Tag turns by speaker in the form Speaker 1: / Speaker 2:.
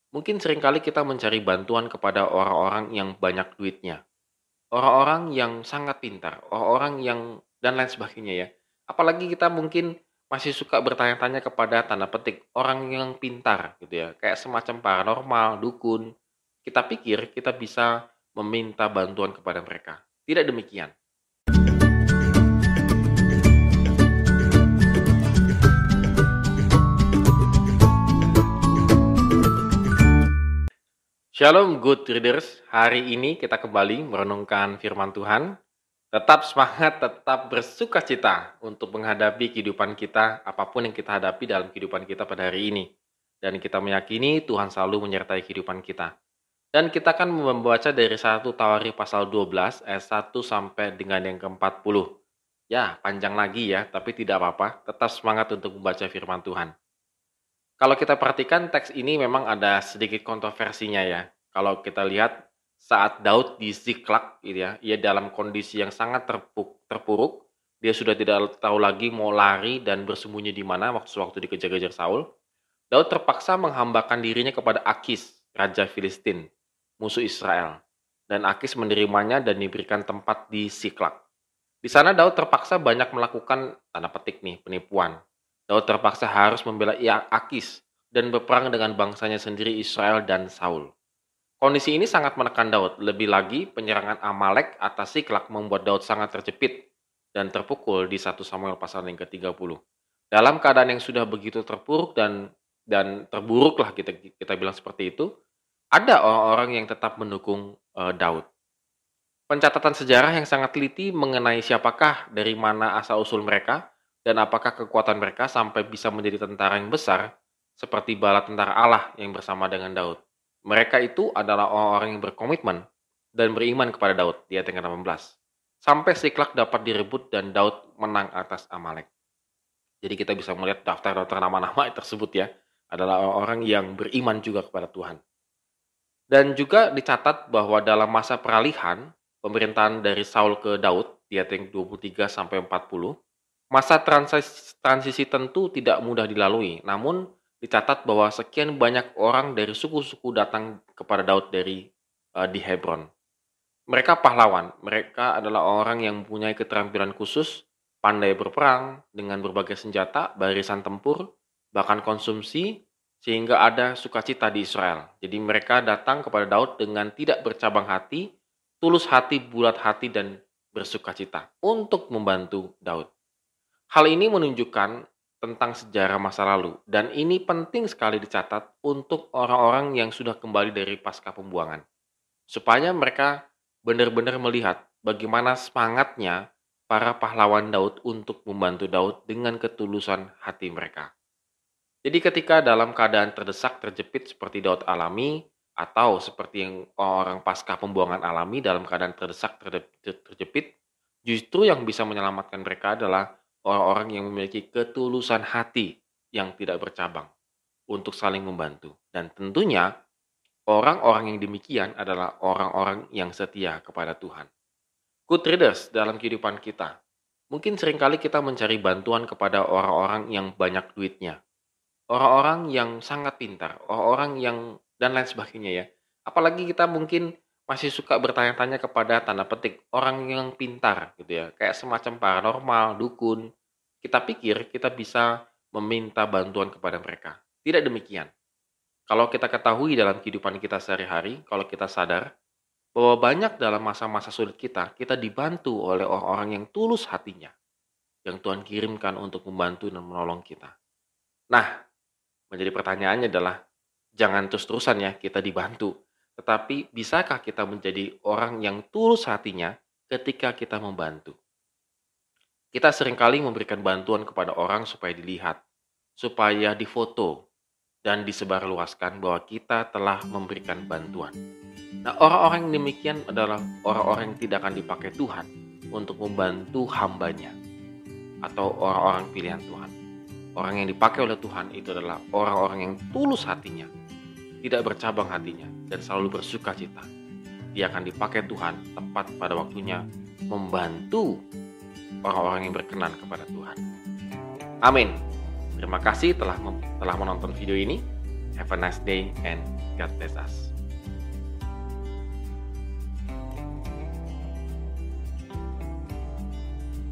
Speaker 1: Mungkin seringkali kita mencari bantuan kepada orang-orang yang banyak duitnya, orang-orang yang sangat pintar, orang-orang yang dan lain sebagainya ya. Apalagi kita mungkin masih suka bertanya-tanya kepada tanda petik orang yang pintar gitu ya, kayak semacam paranormal, dukun. Kita pikir kita bisa meminta bantuan kepada mereka. Tidak demikian. Shalom good readers, hari ini kita kembali merenungkan firman Tuhan. Tetap semangat, tetap bersukacita untuk menghadapi kehidupan kita, apapun yang kita hadapi dalam kehidupan kita pada hari ini. Dan kita meyakini Tuhan selalu menyertai kehidupan kita. Dan kita akan membaca dari 1 Tawarikh pasal 12 ayat 1 sampai dengan yang ke-40. Ya, panjang lagi ya, tapi tidak apa-apa, tetap semangat untuk membaca firman Tuhan. Kalau kita perhatikan teks ini memang ada sedikit kontroversinya ya. Kalau kita lihat saat Daud di Ziklag gitu ya, ia dalam kondisi yang sangat terpuruk, dia sudah tidak tahu lagi mau lari dan bersembunyi di mana waktu dikejar-kejar Saul. Daud terpaksa menghambakan dirinya kepada Akis, raja Filistin, musuh Israel. Dan Akis menerimanya dan diberikan tempat di Ziklag. Di sana Daud terpaksa banyak melakukan tanda petik nih, penipuan. Daud terpaksa harus membela Akis dan berperang dengan bangsanya sendiri Israel dan Saul. Kondisi ini sangat menekan Daud, lebih lagi penyerangan Amalek atas Ziklag membuat Daud sangat terjepit dan terpukul di 1 Samuel pasal yang ke-30. Dalam keadaan yang sudah begitu terpuruk dan terburuk lah kita bilang seperti itu, ada orang-orang yang tetap mendukung Daud. Pencatatan sejarah yang sangat teliti mengenai siapakah, dari mana asal-usul mereka, dan apakah kekuatan mereka sampai bisa menjadi tentara yang besar, seperti bala tentara Allah yang bersama dengan Daud. Mereka itu adalah orang-orang yang berkomitmen dan beriman kepada Daud di ayat yang ke-18. Sampai Ziklag dapat direbut dan Daud menang atas Amalek. Jadi kita bisa melihat daftar-daftar nama-nama tersebut ya, adalah orang-orang yang beriman juga kepada Tuhan. Dan juga dicatat bahwa dalam masa peralihan, pemerintahan dari Saul ke Daud, di ayat yang 23 sampai 40, masa transisi tentu tidak mudah dilalui, namun dicatat bahwa sekian banyak orang dari suku-suku datang kepada Daud di Hebron. Mereka pahlawan, mereka adalah orang yang mempunyai keterampilan khusus, pandai berperang dengan berbagai senjata, barisan tempur, bahkan konsumsi, sehingga ada sukacita di Israel. Jadi mereka datang kepada Daud dengan tidak bercabang hati, tulus hati, bulat hati, dan bersukacita untuk membantu Daud. Hal ini menunjukkan tentang sejarah masa lalu, dan ini penting sekali dicatat untuk orang-orang yang sudah kembali dari pasca pembuangan, supaya mereka benar-benar melihat bagaimana semangatnya para pahlawan Daud untuk membantu Daud dengan ketulusan hati mereka. Jadi ketika dalam keadaan terdesak, terjepit seperti Daud alami, atau seperti yang orang pasca pembuangan alami dalam keadaan terdesak, terjepit, justru yang bisa menyelamatkan mereka adalah orang-orang yang memiliki ketulusan hati yang tidak bercabang untuk saling membantu. Dan tentunya orang-orang yang demikian adalah orang-orang yang setia kepada Tuhan. Good readers, dalam kehidupan kita, mungkin seringkali kita mencari bantuan kepada orang-orang yang banyak duitnya, orang-orang yang sangat pintar, orang-orang yang dan lain sebagainya ya. Apalagi kita mungkin masih suka bertanya-tanya kepada tanda petik orang yang pintar gitu ya, kayak semacam paranormal, dukun. Kita pikir kita bisa meminta bantuan kepada mereka. Tidak demikian. Kalau kita ketahui dalam kehidupan kita sehari-hari, kalau kita sadar bahwa banyak dalam masa-masa sulit kita dibantu oleh orang-orang yang tulus hatinya, yang Tuhan kirimkan untuk membantu dan menolong kita. Nah, menjadi pertanyaannya adalah, jangan terus-terusan ya kita dibantu, tetapi bisakah kita menjadi orang yang tulus hatinya ketika kita membantu? Kita seringkali memberikan bantuan kepada orang supaya dilihat, supaya difoto, dan disebarluaskan bahwa kita telah memberikan bantuan. Nah, orang-orang yang demikian adalah orang-orang yang tidak akan dipakai Tuhan untuk membantu hambanya, atau orang-orang pilihan Tuhan. Orang yang dipakai oleh Tuhan itu adalah orang-orang yang tulus hatinya, tidak bercabang hatinya, dan selalu bersuka cita. Dia akan dipakai Tuhan tepat pada waktunya membantu orang-orang yang berkenan kepada Tuhan. Amin. Terima kasih telah menonton video ini. Have a nice day and God bless us.